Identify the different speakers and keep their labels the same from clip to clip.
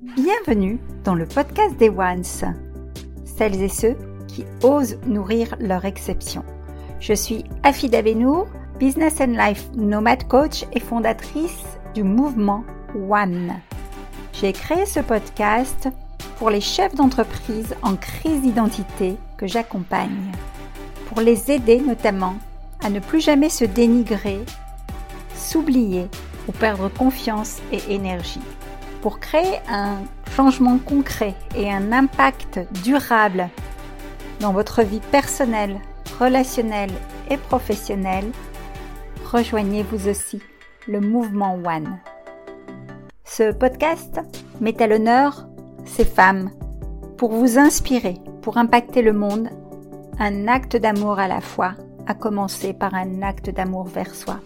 Speaker 1: Bienvenue dans le podcast des Ones, celles et ceux qui osent nourrir leur exception. Je suis Afida Benour, Business and Life Nomad Coach et fondatrice du mouvement One. J'ai créé ce podcast pour les chefs d'entreprise en crise d'identité que j'accompagne, pour les aider notamment à ne plus jamais se dénigrer, s'oublier ou perdre confiance et énergie, pour créer un changement concret et un impact durable dans votre vie personnelle, relationnelle et professionnelle. Rejoignez vous aussi le mouvement One. Ce podcast met à l'honneur ces femmes pour vous inspirer, pour impacter le monde, un acte d'amour à la fois, à commencer par un acte d'amour vers soi.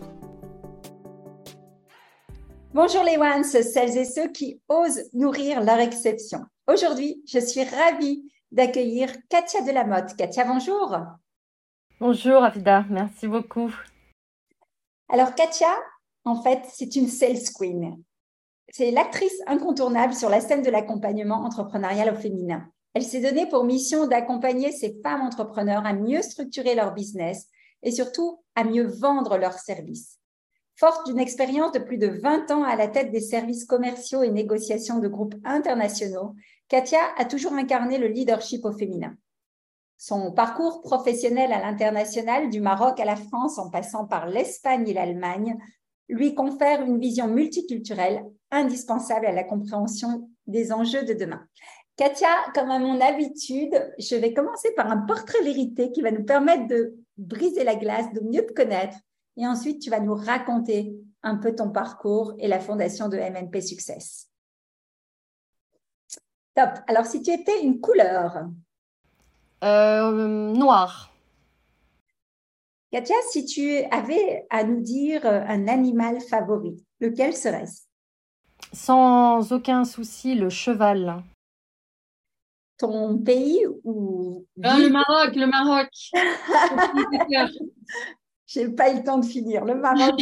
Speaker 1: Bonjour les Ones, celles et ceux qui osent nourrir leur exception. Aujourd'hui, je suis ravie d'accueillir Katia Delamotte. Katia, bonjour.
Speaker 2: Bonjour Afida, merci beaucoup.
Speaker 1: Alors Katia, en fait, c'est une sales queen. C'est l'actrice incontournable sur la scène de l'accompagnement entrepreneurial au féminin. Elle s'est donnée pour mission d'accompagner ces femmes entrepreneurs à mieux structurer leur business et surtout à mieux vendre leurs services. Forte d'une expérience de plus de 20 ans à la tête des services commerciaux et négociations de groupes internationaux, Katia a toujours incarné le leadership au féminin. Son parcours professionnel à l'international, du Maroc à la France en passant par l'Espagne et l'Allemagne, lui confère une vision multiculturelle indispensable à la compréhension des enjeux de demain. Katia, comme à mon habitude, je vais commencer par un portrait vérité qui va nous permettre de briser la glace, de mieux te connaître. Et ensuite, tu vas nous raconter un peu ton parcours et la fondation de MNP Success. Top. Alors, si tu étais une couleur?
Speaker 2: Noir.
Speaker 1: Katia, si tu avais à nous dire un animal favori, lequel serait-ce?
Speaker 2: Sans aucun souci, le cheval.
Speaker 1: Ton pays ou
Speaker 3: le Maroc, le Maroc.
Speaker 1: J'ai pas eu le temps de finir. Le Maroc.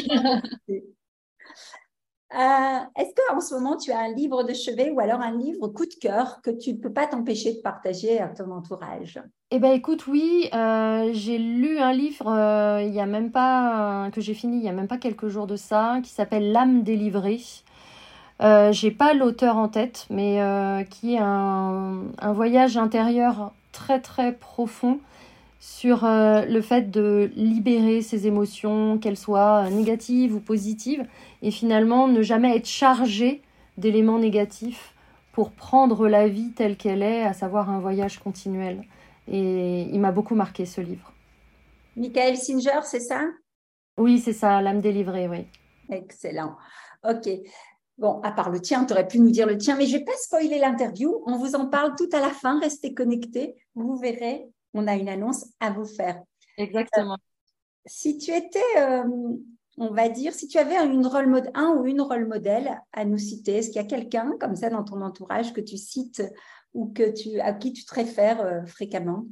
Speaker 1: Est-ce qu'en ce moment, tu as un livre de chevet ou alors un livre coup de cœur que tu ne peux pas t'empêcher de partager à ton entourage?
Speaker 2: Eh bien, écoute, oui, j'ai lu un livre il y a même pas, que j'ai fini il y a même pas quelques jours de ça, qui s'appelle L'âme délivrée. J'ai pas l'auteur en tête, mais qui est un voyage intérieur très très profond sur le fait de libérer ses émotions, qu'elles soient négatives ou positives, et finalement ne jamais être chargé d'éléments négatifs pour prendre la vie telle qu'elle est, à savoir un voyage continuel. Et il m'a beaucoup marqué ce livre.
Speaker 1: Michael Singer, c'est ça?
Speaker 2: Oui, c'est ça, L'âme délivrée, oui.
Speaker 1: Excellent. Ok. Bon, à part le tien, tu aurais pu nous dire le tien, mais je ne vais pas spoiler l'interview. On vous en parle tout à la fin. Restez connectés. Vous verrez, on a une annonce à vous faire.
Speaker 2: Exactement.
Speaker 1: Si tu étais, on va dire, si tu avais un ou une rôle modèle à nous citer, est-ce qu'il y a quelqu'un comme ça dans ton entourage que tu cites ou à qui tu te réfères fréquemment?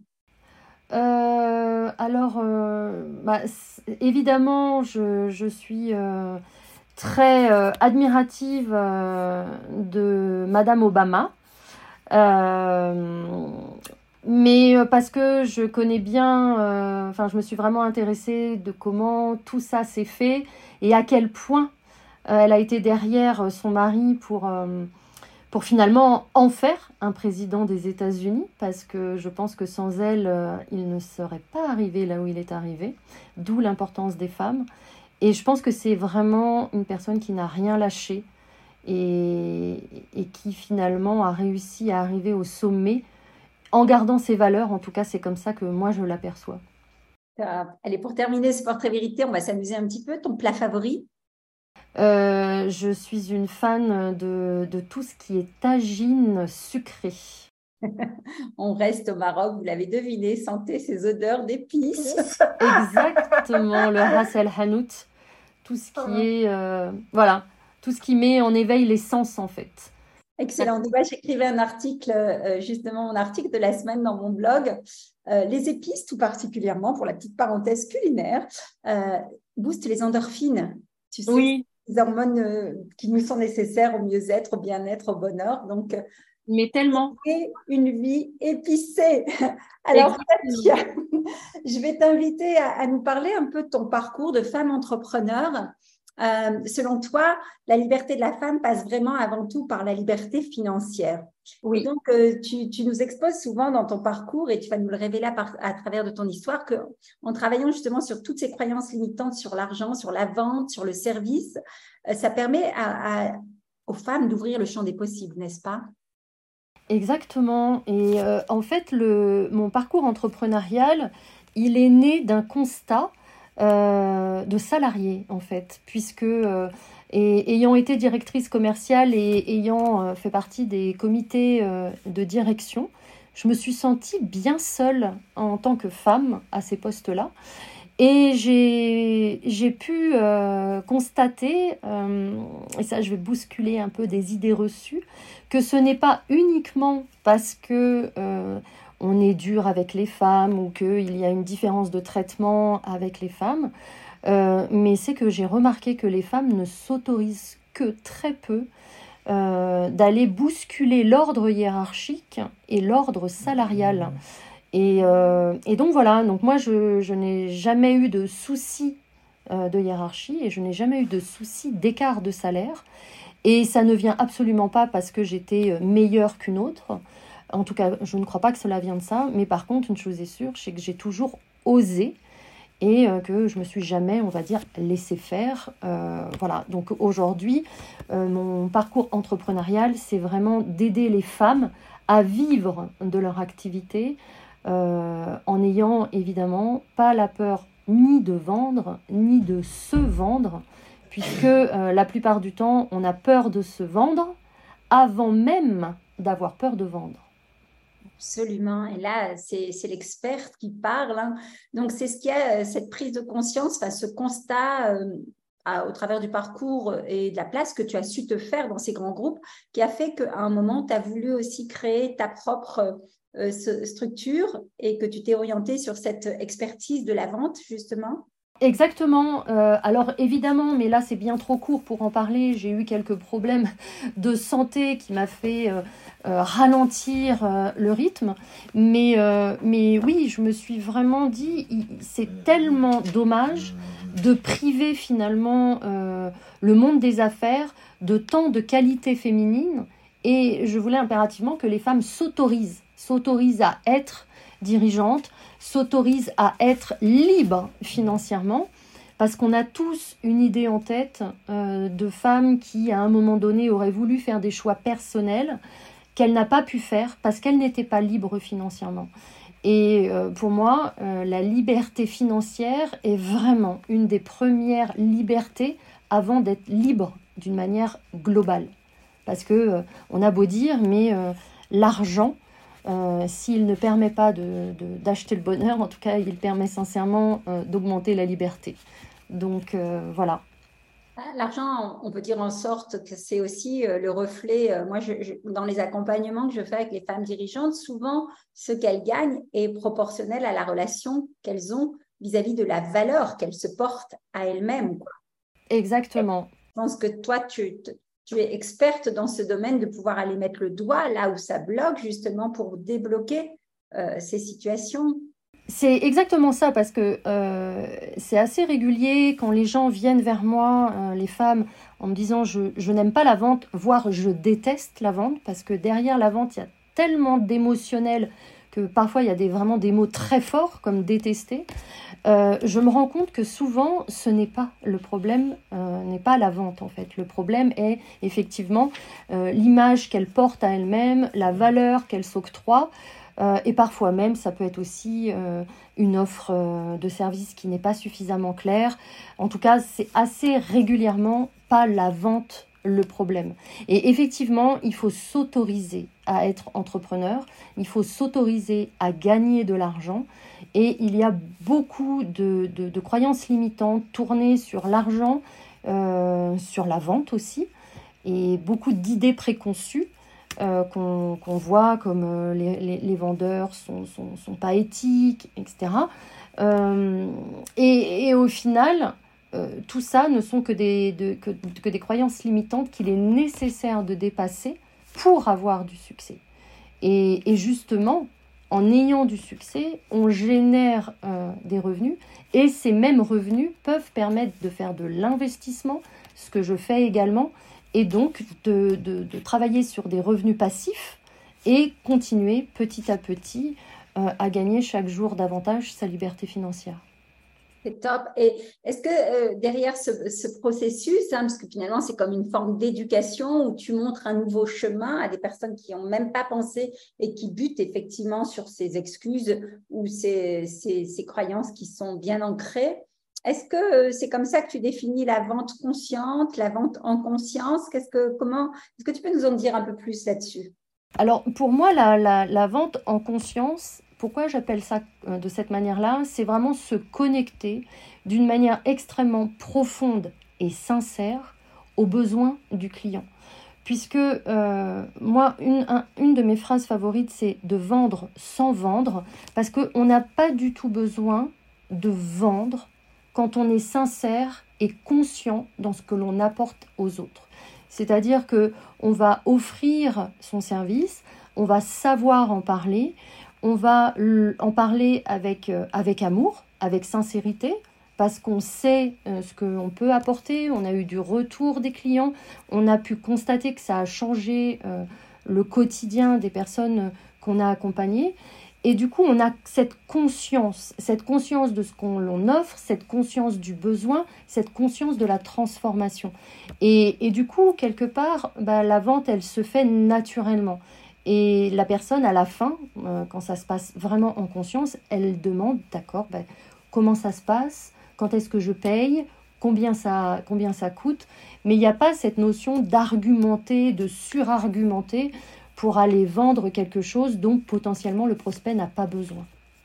Speaker 2: Évidemment, je suis très admirative de Madame Obama. Mais parce que je connais bien, je me suis vraiment intéressée de comment tout ça s'est fait et à quel point elle a été derrière son mari pour finalement en faire un président des États-Unis, parce que je pense que sans elle, il ne serait pas arrivé là où il est arrivé, d'où l'importance des femmes. Et je pense que c'est vraiment une personne qui n'a rien lâché et qui finalement a réussi à arriver au sommet en gardant ses valeurs. En tout cas, c'est comme ça que moi, je l'aperçois.
Speaker 1: Allez, pour terminer ce portrait vérité, on va s'amuser un petit peu. Ton plat favori?
Speaker 2: Je suis une fan de tout ce qui est tagine sucrée.
Speaker 1: On reste au Maroc, vous l'avez deviné, sentez ces odeurs d'épices.
Speaker 2: Exactement, le ras el hanout, tout ce qui est, tout ce qui met en éveil les sens en fait.
Speaker 1: Excellent. Moi, j'écrivais un article, justement, mon article de la semaine dans mon blog. Les épices, tout particulièrement, pour la petite parenthèse culinaire, boostent les endorphines. Tu sais,
Speaker 3: Oui.
Speaker 1: les hormones qui nous sont nécessaires au mieux-être, au bien-être, au bonheur. Donc,
Speaker 2: Mais tellement.
Speaker 1: et une vie épicée. Alors,
Speaker 2: Exactement.
Speaker 1: Katia, je vais t'inviter à nous parler un peu de ton parcours de femme entrepreneur. Selon toi, la liberté de la femme passe vraiment avant tout par la liberté financière. Et
Speaker 2: Oui.
Speaker 1: donc, tu nous exposes souvent dans ton parcours et tu vas nous le révéler à travers de ton histoire qu'en travaillant justement sur toutes ces croyances limitantes sur l'argent, sur la vente, sur le service, ça permet aux femmes d'ouvrir le champ des possibles, n'est-ce pas?
Speaker 2: Exactement. Et en fait, mon parcours entrepreneurial, il est né d'un constat de salarié, en fait, puisque ayant été directrice commerciale et ayant fait partie des comités de direction, je me suis sentie bien seule en tant que femme à ces postes-là. Et j'ai pu constater, et ça je vais bousculer un peu des idées reçues, que ce n'est pas uniquement parce que on est dur avec les femmes ou qu'il y a une différence de traitement avec les femmes, mais c'est que j'ai remarqué que les femmes ne s'autorisent que très peu d'aller bousculer l'ordre hiérarchique et l'ordre salarial. Et donc voilà, donc moi je n'ai jamais eu de soucis de hiérarchie et je n'ai jamais eu de soucis d'écart de salaire. Et ça ne vient absolument pas parce que j'étais meilleure qu'une autre. En tout cas, je ne crois pas que cela vienne de ça. Mais par contre, une chose est sûre, c'est que j'ai toujours osé et que je me suis jamais, on va dire, laissé faire. Voilà, donc aujourd'hui, mon parcours entrepreneurial, c'est vraiment d'aider les femmes à vivre de leur activité, en n'ayant évidemment pas la peur ni de vendre, ni de se vendre, puisque la plupart du temps, on a peur de se vendre avant même d'avoir peur de vendre.
Speaker 1: Absolument. Et là, c'est l'experte qui parle, hein. Donc, c'est ce qu'il y a, cette prise de conscience, enfin, ce constat au travers du parcours et de la place que tu as su te faire dans ces grands groupes, qui a fait qu'à un moment, tu as voulu aussi créer ta propre structure et que tu t'es orientée sur cette expertise de la vente, justement.
Speaker 2: Exactement. Alors évidemment, mais là c'est bien trop court pour en parler. J'ai eu quelques problèmes de santé qui m'a fait ralentir le rythme. Mais oui, je me suis vraiment dit, c'est tellement dommage de priver finalement le monde des affaires de tant de qualités féminines. Et je voulais impérativement que les femmes s'autorisent à être dirigeantes, s'autorisent à être libres financièrement, parce qu'on a tous une idée en tête de femmes qui, à un moment donné, auraient voulu faire des choix personnels qu'elles n'ont pas pu faire parce qu'elles n'étaient pas libres financièrement. Et pour moi, la liberté financière est vraiment une des premières libertés avant d'être libre d'une manière globale. Parce que on a beau dire, mais l'argent, s'il ne permet pas d'acheter le bonheur, en tout cas, il permet sincèrement d'augmenter la liberté. Donc, voilà.
Speaker 1: L'argent, on peut dire en sorte que c'est aussi le reflet. Moi, dans les accompagnements que je fais avec les femmes dirigeantes, souvent, ce qu'elles gagnent est proportionnel à la relation qu'elles ont vis-à-vis de la valeur qu'elles se portent à elles-mêmes, quoi.
Speaker 2: Exactement.
Speaker 1: Je pense que toi, tu es experte dans ce domaine de pouvoir aller mettre le doigt là où ça bloque, justement, pour débloquer ces situations.
Speaker 2: C'est exactement ça, parce que c'est assez régulier quand les gens viennent vers moi, les femmes, en me disant je n'aime pas la vente, voire je déteste la vente, parce que derrière la vente, il y a tellement d'émotionnel que parfois il y a vraiment des mots très forts, comme détester. Je me rends compte que souvent, ce n'est pas le problème, n'est pas la vente en fait. Le problème est effectivement l'image qu'elle porte à elle-même, la valeur qu'elle s'octroie. Et parfois même, ça peut être aussi une offre de service qui n'est pas suffisamment claire. En tout cas, c'est assez régulièrement pas la vente le problème. Et effectivement, il faut s'autoriser à être entrepreneur, il faut s'autoriser à gagner de l'argent. Et il y a beaucoup de croyances limitantes tournées sur l'argent, sur la vente aussi, et beaucoup d'idées préconçues. Qu'on voit comme les vendeurs sont pas éthiques, etc. Et au final, tout ça ne sont que des croyances limitantes qu'il est nécessaire de dépasser pour avoir du succès. Et justement, en ayant du succès, on génère des revenus et ces mêmes revenus peuvent permettre de faire de l'investissement, ce que je fais également, et donc de travailler sur des revenus passifs et continuer petit à petit à gagner chaque jour davantage sa liberté financière.
Speaker 1: C'est top. Et est-ce que derrière ce processus, parce que finalement c'est comme une forme d'éducation où tu montres un nouveau chemin à des personnes qui n'ont même pas pensé et qui butent effectivement sur ces excuses ou ces croyances qui sont bien ancrées, est-ce que c'est comme ça que tu définis la vente consciente, la vente en conscience? Est-ce que tu peux nous en dire un peu plus là-dessus?
Speaker 2: Alors pour moi, la vente en conscience, pourquoi j'appelle ça de cette manière-là, c'est vraiment se connecter d'une manière extrêmement profonde et sincère aux besoins du client. Puisque moi, une de mes phrases favorites, c'est de vendre sans vendre, parce qu'on n'a pas du tout besoin de vendre quand on est sincère et conscient dans ce que l'on apporte aux autres. C'est-à-dire qu'on va offrir son service, on va savoir en parler, on va en parler avec amour, avec sincérité, parce qu'on sait ce qu'on peut apporter, on a eu du retour des clients, on a pu constater que ça a changé le quotidien des personnes qu'on a accompagnées. Et du coup, on a cette conscience de ce qu'on offre, cette conscience du besoin, cette conscience de la transformation. Et du coup, quelque part, la vente, elle se fait naturellement. Et la personne, à la fin, quand ça se passe vraiment en conscience, elle demande, d'accord, comment ça se passe, quand est-ce que je paye, combien ça coûte. Mais il n'y a pas cette notion d'argumenter, de surargumenter pour aller vendre quelque chose dont potentiellement le prospect n'a pas besoin.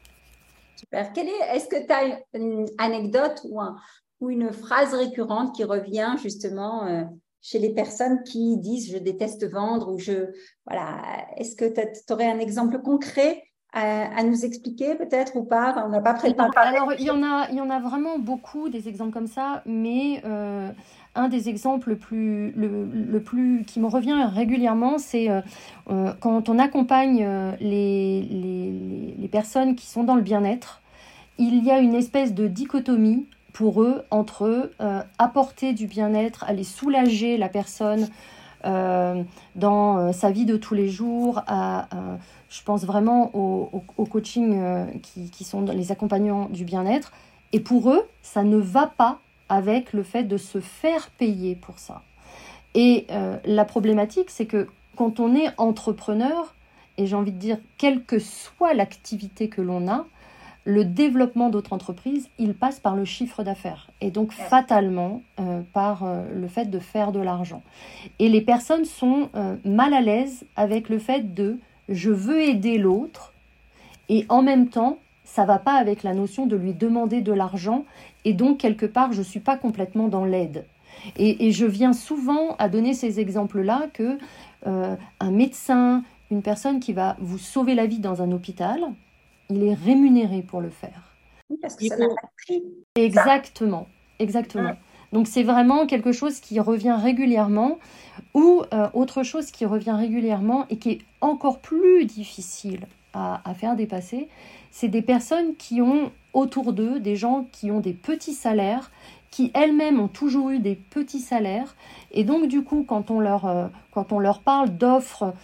Speaker 1: Super. Est-ce que tu as une anecdote ou une phrase récurrente qui revient justement chez les personnes qui disent je déteste vendre ou voilà. Est-ce que tu aurais un exemple concret à nous expliquer peut-être ou pas? On n'a pas préparé.
Speaker 2: Alors, il y en a vraiment beaucoup des exemples comme ça, mais un des exemples le plus qui me revient régulièrement, c'est quand on accompagne les personnes qui sont dans le bien-être, il y a une espèce de dichotomie pour eux entre apporter du bien-être, aller soulager la personne dans sa vie de tous les jours, je pense vraiment au coaching qui sont les accompagnants du bien-être. Et pour eux, ça ne va pas avec le fait de se faire payer pour ça. Et la problématique, c'est que quand on est entrepreneur, et j'ai envie de dire, quelle que soit l'activité que l'on a, le développement d'autres entreprises, il passe par le chiffre d'affaires et donc fatalement par le fait de faire de l'argent. Et les personnes sont mal à l'aise avec le fait de « je veux aider l'autre » et en même temps, ça ne va pas avec la notion de lui demander de l'argent et donc quelque part, je ne suis pas complètement dans l'aide. Et je viens souvent à donner ces exemples-là que un médecin, une personne qui va vous sauver la vie dans un hôpital, il est rémunéré pour le faire.
Speaker 1: Oui, parce que ça n'a pas de prix.
Speaker 2: Exactement. Donc c'est vraiment quelque chose qui revient régulièrement ou autre chose qui revient régulièrement et qui est encore plus difficile à faire dépasser, c'est des personnes qui ont autour d'eux des gens qui ont des petits salaires, qui elles-mêmes ont toujours eu des petits salaires et donc du coup quand on leur parle d'offres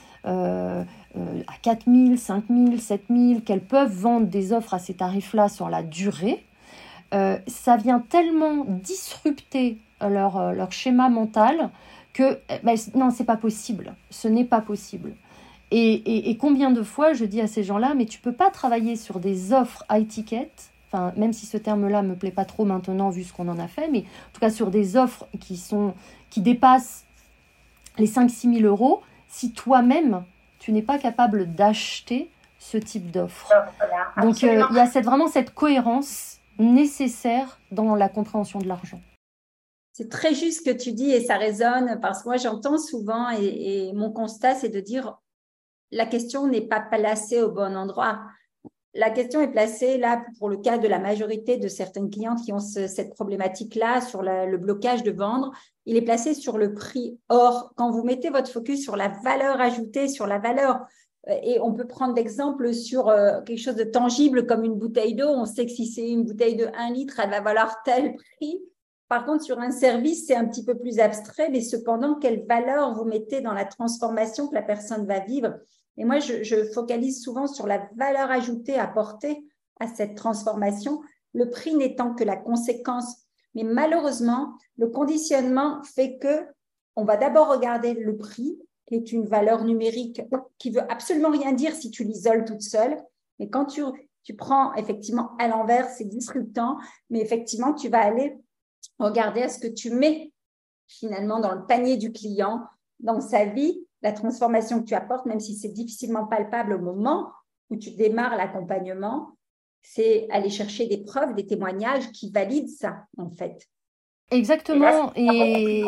Speaker 2: à 4 000, 5 000, 7 000, qu'elles peuvent vendre des offres à ces tarifs-là sur la durée, ça vient tellement disrupter leur schéma mental que non, c'est pas possible, ce n'est pas possible. Et combien de fois je dis à ces gens-là, mais tu peux pas travailler sur des offres high ticket, enfin, même si ce terme-là me plaît pas trop maintenant vu ce qu'on en a fait, mais en tout cas sur des offres qui dépassent les 5 000 – 6 000 euros, si toi-même tu n'es pas capable d'acheter ce type d'offre. Donc, il y a vraiment cette cohérence nécessaire dans la compréhension de l'argent.
Speaker 1: C'est très juste ce que tu dis et ça résonne parce que moi, j'entends souvent et mon constat, c'est de dire la question n'est pas placée au bon endroit. la question est placée là pour le cas de la majorité de certaines clientes qui ont cette problématique-là sur le blocage de vendre. Il est placé sur le prix. Or, quand vous mettez votre focus sur la valeur ajoutée, sur la valeur, et on peut prendre l'exemple sur quelque chose de tangible comme une bouteille d'eau. On sait que si c'est une bouteille de 1 litre, elle va valoir tel prix. Par contre, sur un service, c'est un petit peu plus abstrait, mais cependant, quelle valeur vous mettez dans la transformation que la personne va vivre? Et moi, je focalise souvent sur la valeur ajoutée apportée à cette transformation, le prix n'étant que la conséquence. Mais malheureusement, le conditionnement fait qu'on va d'abord regarder le prix, qui est une valeur numérique qui veut absolument rien dire si tu l'isoles toute seule. Mais quand tu prends effectivement à l'envers, c'est disruptant, mais effectivement, tu vas aller regarder à ce que tu mets finalement dans le panier du client, dans sa vie, la transformation que tu apportes, même si c'est difficilement palpable au moment où tu démarres l'accompagnement, c'est aller chercher des preuves, des témoignages qui valident ça, en fait.
Speaker 2: Exactement. Et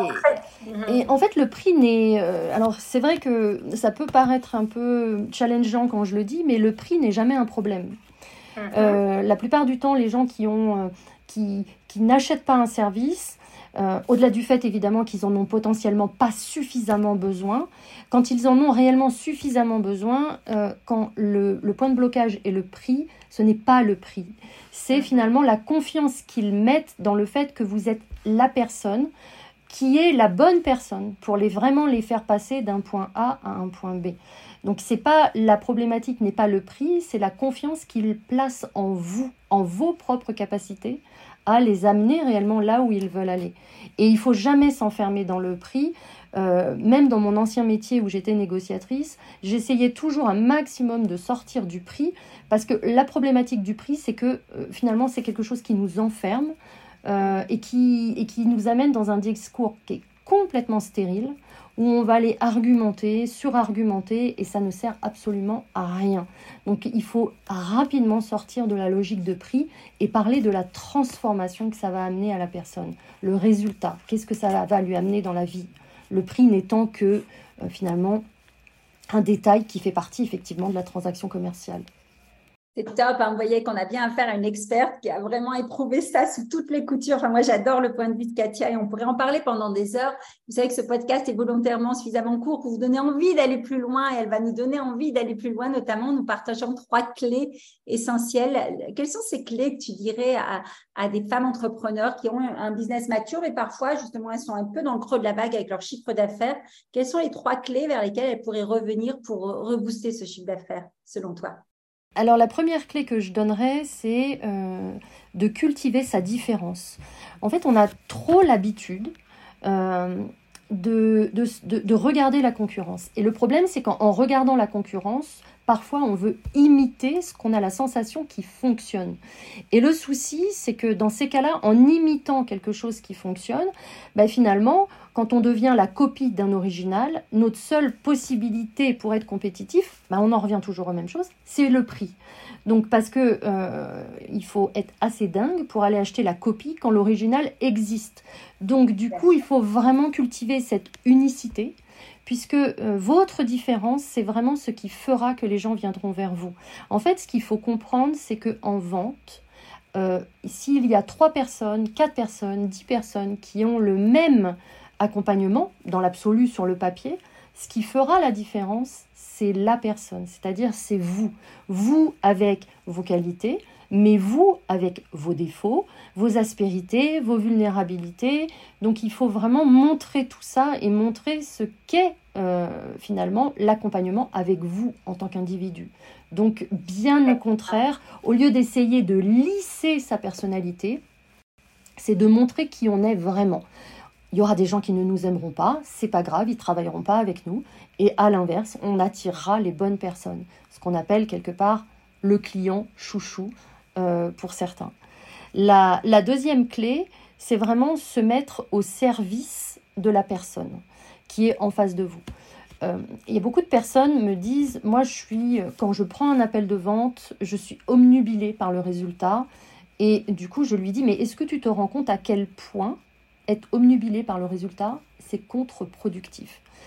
Speaker 2: en fait, le prix n'est... alors, c'est vrai que ça peut paraître un peu challengeant quand je le dis, mais le prix n'est jamais un problème. La plupart du temps, les gens qui n'achètent pas un service, au-delà du fait évidemment qu'ils en ont potentiellement pas suffisamment besoin, quand ils en ont réellement suffisamment besoin, quand le point de blocage est le prix, ce n'est pas le prix. C'est finalement la confiance qu'ils mettent dans le fait que vous êtes la personne qui est la bonne personne pour vraiment les faire passer d'un point A à un point B. Donc la problématique n'est pas le prix, c'est la confiance qu'ils placent en vous, en vos propres capacités, à les amener réellement là où ils veulent aller. Et il ne faut jamais s'enfermer dans le prix. Même dans mon ancien métier où j'étais négociatrice, j'essayais toujours un maximum de sortir du prix, parce que la problématique du prix, c'est que finalement, c'est quelque chose qui nous enferme et qui nous amène dans un discours qui est complètement stérile, où on va aller argumenter, surargumenter, et ça ne sert absolument à rien. Donc il faut rapidement sortir de la logique de prix et parler de la transformation que ça va amener à la personne, le résultat, qu'est-ce que ça va lui amener dans la vie. Le prix n'étant que finalement un détail qui fait partie effectivement de la transaction commerciale.
Speaker 1: C'est top, hein. Vous voyez qu'on a bien affaire à une experte qui a vraiment éprouvé ça sous toutes les coutures. Enfin, moi, j'adore le point de vue de Katia et on pourrait en parler pendant des heures. Vous savez que ce podcast est volontairement suffisamment court pour vous donner envie d'aller plus loin et elle va nous donner envie d'aller plus loin, notamment nous partageant 3 clés essentielles. Quelles sont ces clés que tu dirais à des femmes entrepreneurs qui ont un business mature et parfois, justement, elles sont un peu dans le creux de la vague avec leur chiffre d'affaires? Quelles sont les 3 clés vers lesquelles elles pourraient revenir pour rebooster ce chiffre d'affaires, selon toi?
Speaker 2: Alors la première clé que je donnerais, c'est de cultiver sa différence. En fait, on a trop l'habitude de regarder la concurrence. Et le problème, c'est qu'en regardant la concurrence, parfois on veut imiter ce qu'on a la sensation qui fonctionne. Et le souci, c'est que dans ces cas-là, en imitant quelque chose qui fonctionne, finalement, quand on devient la copie d'un original, notre seule possibilité pour être compétitif, on en revient toujours aux mêmes choses, c'est le prix. Donc parce que il faut être assez dingue pour aller acheter la copie quand l'original existe. Donc du coup, il faut vraiment cultiver cette unicité, puisque votre différence, c'est vraiment ce qui fera que les gens viendront vers vous. En fait, ce qu'il faut comprendre, c'est qu'en vente, s'il y a 3 personnes, 4 personnes, 10 personnes qui ont le même accompagnement, dans l'absolu sur le papier, ce qui fera la différence, c'est la personne, c'est-à-dire c'est vous. Vous avec vos qualités, mais vous avec vos défauts, vos aspérités, vos vulnérabilités. Donc il faut vraiment montrer tout ça et montrer ce qu'est finalement l'accompagnement avec vous en tant qu'individu. Donc bien au contraire, au lieu d'essayer de lisser sa personnalité, c'est de montrer qui on est vraiment. Il y aura des gens qui ne nous aimeront pas, c'est pas grave, ils travailleront pas avec nous. Et à l'inverse, on attirera les bonnes personnes. Ce qu'on appelle quelque part le client chouchou pour certains. La deuxième clé, c'est vraiment se mettre au service de la personne qui est en face de vous. Il y a beaucoup de personnes me disent, moi quand je prends un appel de vente, je suis obnubilée par le résultat. Et du coup, je lui dis, mais est-ce que tu te rends compte à quel point être obnubilé par le résultat, c'est contre-productif.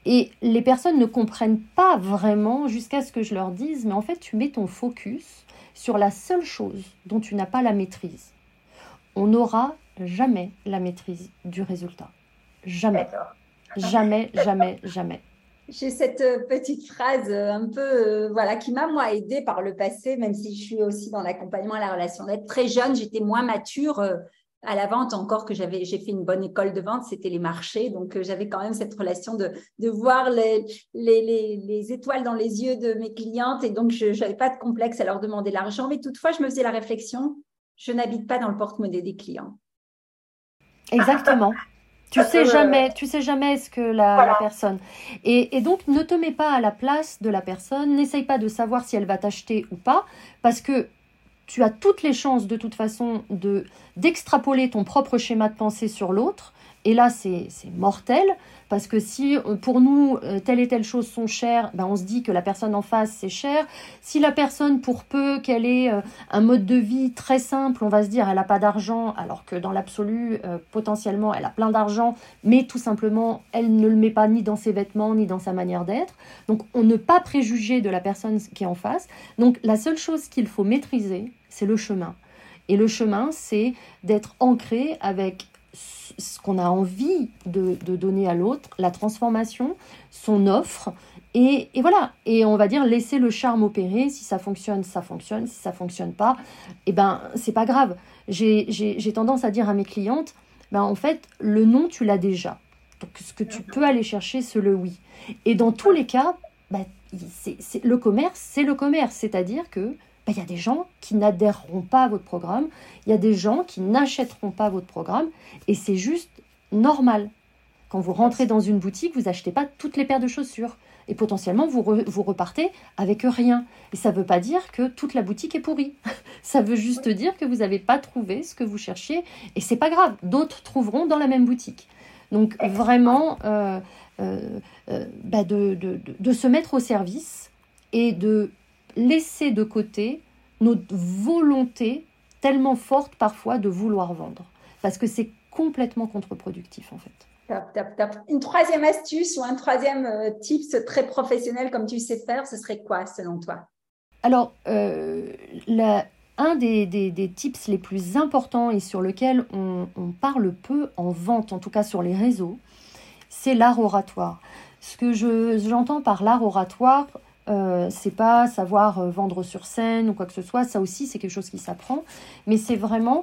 Speaker 2: Et les personnes ne comprennent pas vraiment jusqu'à ce que je leur dise, mais en fait, tu mets ton focus sur la seule chose dont tu n'as pas la maîtrise. On n'aura jamais la maîtrise du résultat. Jamais.
Speaker 1: D'accord.
Speaker 2: Jamais, jamais, jamais.
Speaker 1: J'ai cette petite phrase un peu voilà, qui m'a, moi, aidée par le passé, même si je suis aussi dans l'accompagnement à la relation d'aide. Très jeune, j'étais moins mature à la vente, encore que j'ai fait une bonne école de vente, c'était les marchés. Donc, j'avais quand même cette relation de voir les étoiles dans les yeux de mes clientes. Et donc, je n'avais pas de complexe à leur demander l'argent. Mais toutefois, je me faisais la réflexion, je n'habite pas dans le porte-monnaie des clients.
Speaker 2: Exactement. Tu sais jamais ce que la personne. Et donc, ne te mets pas à la place de la personne. N'essaye pas de savoir si elle va t'acheter ou pas, parce que tu as toutes les chances, de toute façon, d'extrapoler ton propre schéma de pensée sur l'autre. Et là, c'est mortel, parce que si pour nous, telle et telle chose sont chères, ben on se dit que la personne en face, c'est cher. Si la personne, pour peu qu'elle ait un mode de vie très simple, on va se dire elle n'a pas d'argent, alors que dans l'absolu, potentiellement, elle a plein d'argent, mais tout simplement, elle ne le met pas ni dans ses vêtements, ni dans sa manière d'être. Donc, on ne pas préjuger de la personne qui est en face. Donc, la seule chose qu'il faut maîtriser, c'est le chemin. Et le chemin, c'est d'être ancré avec ce qu'on a envie de donner à l'autre, la transformation, son offre, et voilà. Et on va dire laisser le charme opérer. Si ça fonctionne, ça fonctionne. Si ça fonctionne pas, eh ben c'est pas grave. J'ai tendance à dire à mes clientes, ben en fait le non tu l'as déjà. Donc ce que tu peux aller chercher, c'est le oui. Et dans tous les cas, ben, le commerce, c'est le commerce, c'est-à-dire que il y a des gens qui n'adhéreront pas à votre programme, il y a des gens qui n'achèteront pas votre programme, et c'est juste normal. Quand vous rentrez dans une boutique, vous n'achetez pas toutes les paires de chaussures, et potentiellement vous repartez avec rien. Et ça ne veut pas dire que toute la boutique est pourrie. Ça veut juste dire que vous n'avez pas trouvé ce que vous cherchiez, et c'est pas grave, d'autres trouveront dans la même boutique. Donc vraiment, de se mettre au service et de laisser de côté notre volonté tellement forte parfois de vouloir vendre. Parce que c'est complètement contre-productif en fait.
Speaker 1: Top. Une troisième astuce ou un troisième tips très professionnel comme tu sais faire, ce serait quoi selon toi?
Speaker 2: Alors, un des tips les plus importants et sur lequel on parle peu en vente, en tout cas sur les réseaux, c'est l'art oratoire. Ce que j'entends par l'art oratoire, c'est pas savoir vendre sur scène ou quoi que ce soit, ça aussi c'est quelque chose qui s'apprend, mais c'est vraiment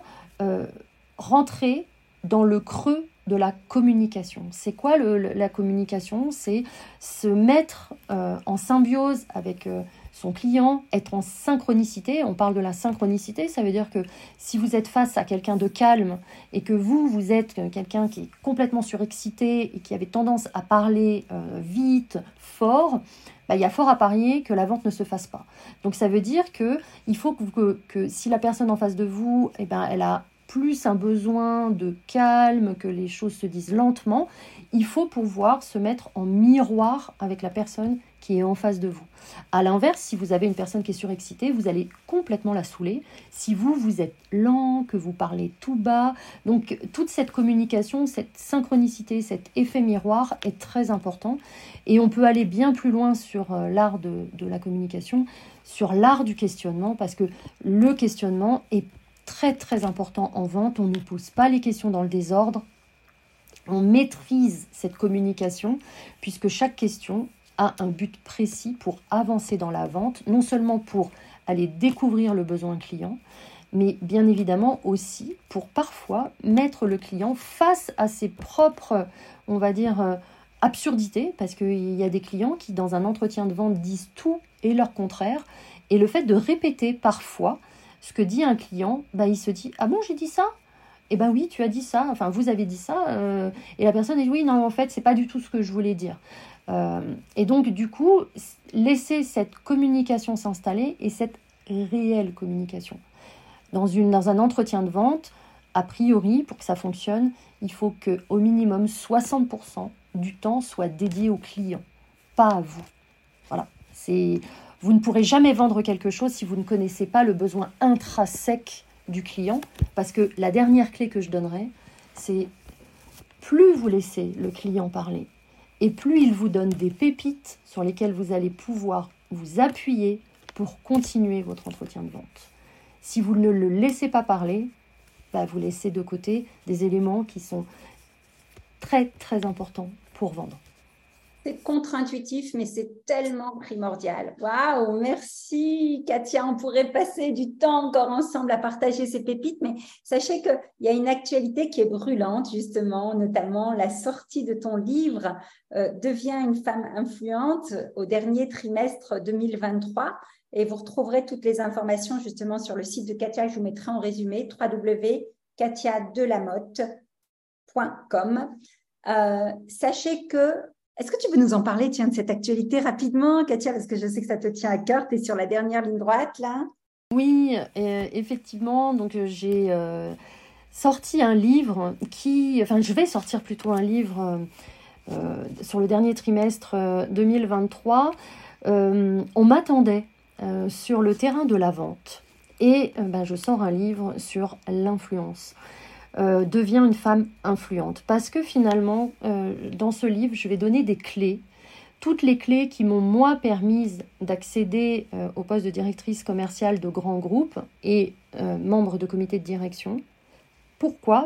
Speaker 2: rentrer dans le creux de la communication. C'est quoi la communication? C'est se mettre en symbiose avec son client, être en synchronicité. On parle de la synchronicité, ça veut dire que si vous êtes face à quelqu'un de calme et que vous êtes quelqu'un qui est complètement surexcité et qui avait tendance à parler vite, fort, il y a fort à parier que la vente ne se fasse pas. Donc ça veut dire qu'il faut que si la personne en face de vous, elle a plus un besoin de calme, que les choses se disent lentement, il faut pouvoir se mettre en miroir avec la personne qui est en face de vous. À l'inverse, si vous avez une personne qui est surexcitée, vous allez complètement la saouler. Si vous êtes lent, que vous parlez tout bas, donc toute cette communication, cette synchronicité, cet effet miroir est très important. Et on peut aller bien plus loin sur l'art de la communication, sur l'art du questionnement, parce que le questionnement est très très important en vente. On ne pose pas les questions dans le désordre. On maîtrise cette communication puisque chaque question a un but précis pour avancer dans la vente, non seulement pour aller découvrir le besoin client, mais bien évidemment aussi pour parfois mettre le client face à ses propres, on va dire, absurdités, parce qu'il y a des clients qui, dans un entretien de vente, disent tout et leur contraire. Et le fait de répéter parfois ce que dit un client, il se dit « Ah bon, j'ai dit ça ?» Eh bien oui, tu as dit ça, enfin vous avez dit ça, et la personne dit « Oui, non, en fait, c'est pas du tout ce que je voulais dire. » Et donc, du coup, laisser cette communication s'installer et cette réelle communication. Dans un entretien de vente, a priori, pour que ça fonctionne, il faut qu'au minimum 60% du temps soit dédié au client, pas à vous. Voilà, vous ne pourrez jamais vendre quelque chose si vous ne connaissez pas le besoin intrinsèque du client, parce que la dernière clé que je donnerai, c'est plus vous laissez le client parler, Et plus il vous donne des pépites sur lesquelles vous allez pouvoir vous appuyer pour continuer votre entretien de vente. Si vous ne le laissez pas parler, vous laissez de côté des éléments qui sont très, très importants pour vendre.
Speaker 1: C'est contre-intuitif, mais c'est tellement primordial. Waouh, merci Katia. On pourrait passer du temps encore ensemble à partager ces pépites, mais sachez qu'il y a une actualité qui est brûlante, justement, notamment la sortie de ton livre Deviens une femme influente au dernier trimestre 2023. Et vous retrouverez toutes les informations justement sur le site de Katia. Je vous mettrai en résumé www.katiadelamotte.com. Sachez que, est-ce que tu veux nous en parler, de cette actualité rapidement, Katia, parce que je sais que ça te tient à cœur, tu es sur la dernière ligne droite là.
Speaker 2: Oui, effectivement, donc j'ai sorti un livre je vais sortir plutôt un livre sur le dernier trimestre 2023. On m'attendait sur le terrain de la vente et je sors un livre sur l'influence. Deviens une femme influente. Parce que finalement, dans ce livre, je vais donner des clés, toutes les clés qui m'ont, moi, permis d'accéder au poste de directrice commerciale de grands groupes et membre de comité de direction. Pourquoi ?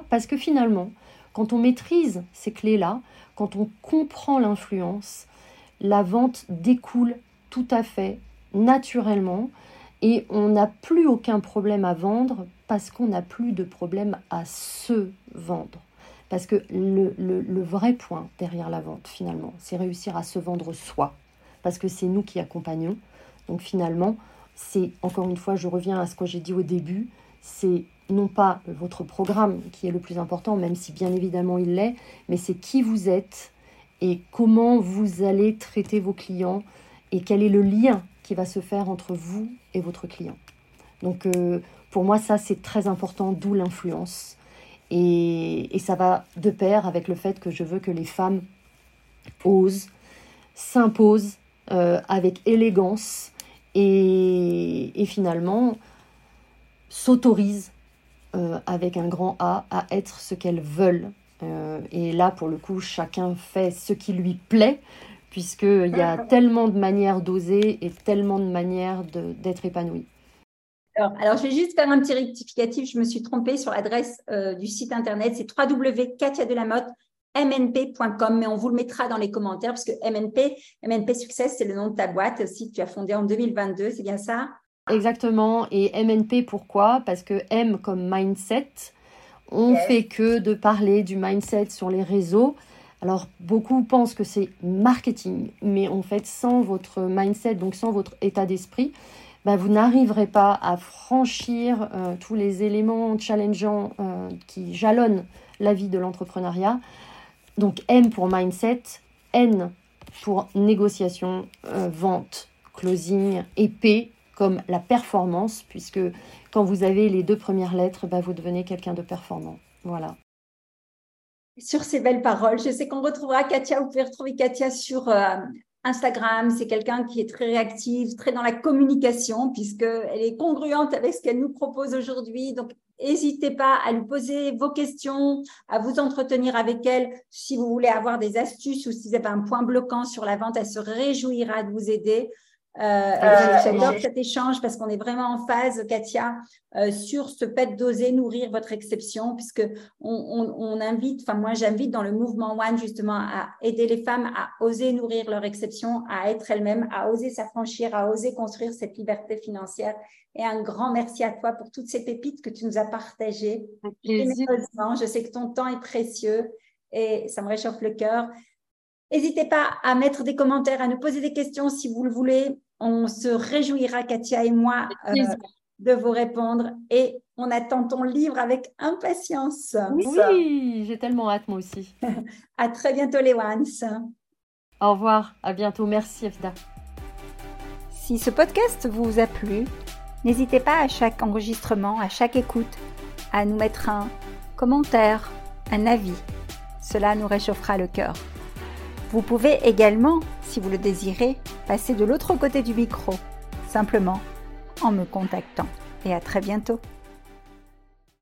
Speaker 2: Parce que finalement, quand on maîtrise ces clés-là, quand on comprend l'influence, la vente découle tout à fait naturellement et on n'a plus aucun problème à vendre parce qu'on n'a plus de problème à se vendre. Parce que le vrai point derrière la vente, finalement, c'est réussir à se vendre soi. Parce que c'est nous qui accompagnons. Donc finalement, c'est, encore une fois, je reviens à ce que j'ai dit au début, c'est non pas votre programme qui est le plus important, même si bien évidemment il l'est, mais c'est qui vous êtes et comment vous allez traiter vos clients et quel est le lien qui va se faire entre vous et votre client. Donc pour moi, ça c'est très important, d'où l'influence. Et ça va de pair avec le fait que je veux que les femmes osent, s'imposent avec élégance et finalement s'autorisent avec un grand A à être ce qu'elles veulent. Et là, pour le coup, chacun fait ce qui lui plaît, puisqu'il y a tellement de manières d'oser et tellement de manières d'être épanoui.
Speaker 1: Alors, je vais juste faire un petit rectificatif. Je me suis trompée sur l'adresse du site internet. C'est www.katiadelamotte.mnp.com, mais on vous le mettra dans les commentaires parce que MNP Success, c'est le nom de ta boîte aussi que tu as fondée en 2022. C'est bien ça?
Speaker 2: Exactement. Et MNP, pourquoi? Parce que M comme mindset, on fait que de parler du mindset sur les réseaux. Alors, beaucoup pensent que c'est marketing, mais en fait, sans votre mindset, donc sans votre état d'esprit, vous n'arriverez pas à franchir tous les éléments challengeants qui jalonnent la vie de l'entrepreneuriat. Donc, M pour mindset, N pour négociation, vente, closing, et P comme la performance, puisque quand vous avez les deux premières lettres, vous devenez quelqu'un de performant. Voilà.
Speaker 1: Sur ces belles paroles, je sais qu'on retrouvera Katia. Vous pouvez retrouver Katia sur Instagram. C'est quelqu'un qui est très réactive, très dans la communication, puisqu'elle est congruente avec ce qu'elle nous propose aujourd'hui. Donc, n'hésitez pas à lui poser vos questions, à vous entretenir avec elle. Si vous voulez avoir des astuces ou si vous avez un point bloquant sur la vente, elle se réjouira de vous aider. J'adore cet échange parce qu'on est vraiment en phase, Katia, sur ce fait d'oser nourrir votre exception, puisque on invite, moi j'invite dans le mouvement One justement à aider les femmes à oser nourrir leur exception, à être elles-mêmes, à oser s'affranchir, à oser construire cette liberté financière. Et un grand merci à toi pour toutes ces pépites que tu nous as partagées. Généreusement, je sais que ton temps est précieux et ça me réchauffe le cœur. N'hésitez pas à mettre des commentaires, à nous poser des questions si vous le voulez. On se réjouira, Katia et moi, de vous répondre. Et on attend ton livre avec impatience.
Speaker 2: Oui, j'ai tellement hâte, moi aussi.
Speaker 1: À très bientôt, les Ones.
Speaker 2: Au revoir, à bientôt. Merci, Afida.
Speaker 1: Si ce podcast vous a plu, n'hésitez pas à chaque enregistrement, à chaque écoute, à nous mettre un commentaire, un avis. Cela nous réchauffera le cœur. Vous pouvez également, si vous le désirez, passer de l'autre côté du micro, simplement en me contactant. Et à très bientôt.